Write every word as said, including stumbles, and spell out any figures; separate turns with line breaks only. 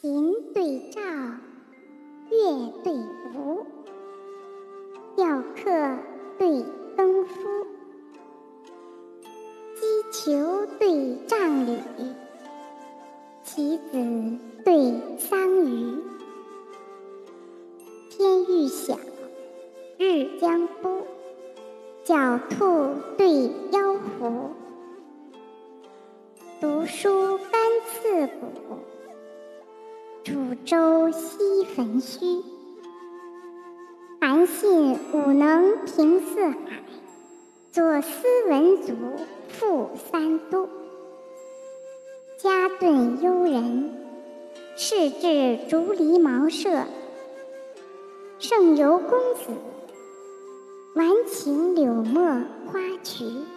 琴对照，乐对舞，雕刻对耕夫，击球对杖履，棋子对桑榆。天欲晓，日将出，狡兔对妖狐。读书甘刺骨，煮粥吸焚须。韩信武能平四海，左思文祖副三都。嘉顿幽人，仕至竹篱茅舍。盛游公子，玩情柳墨花瞿。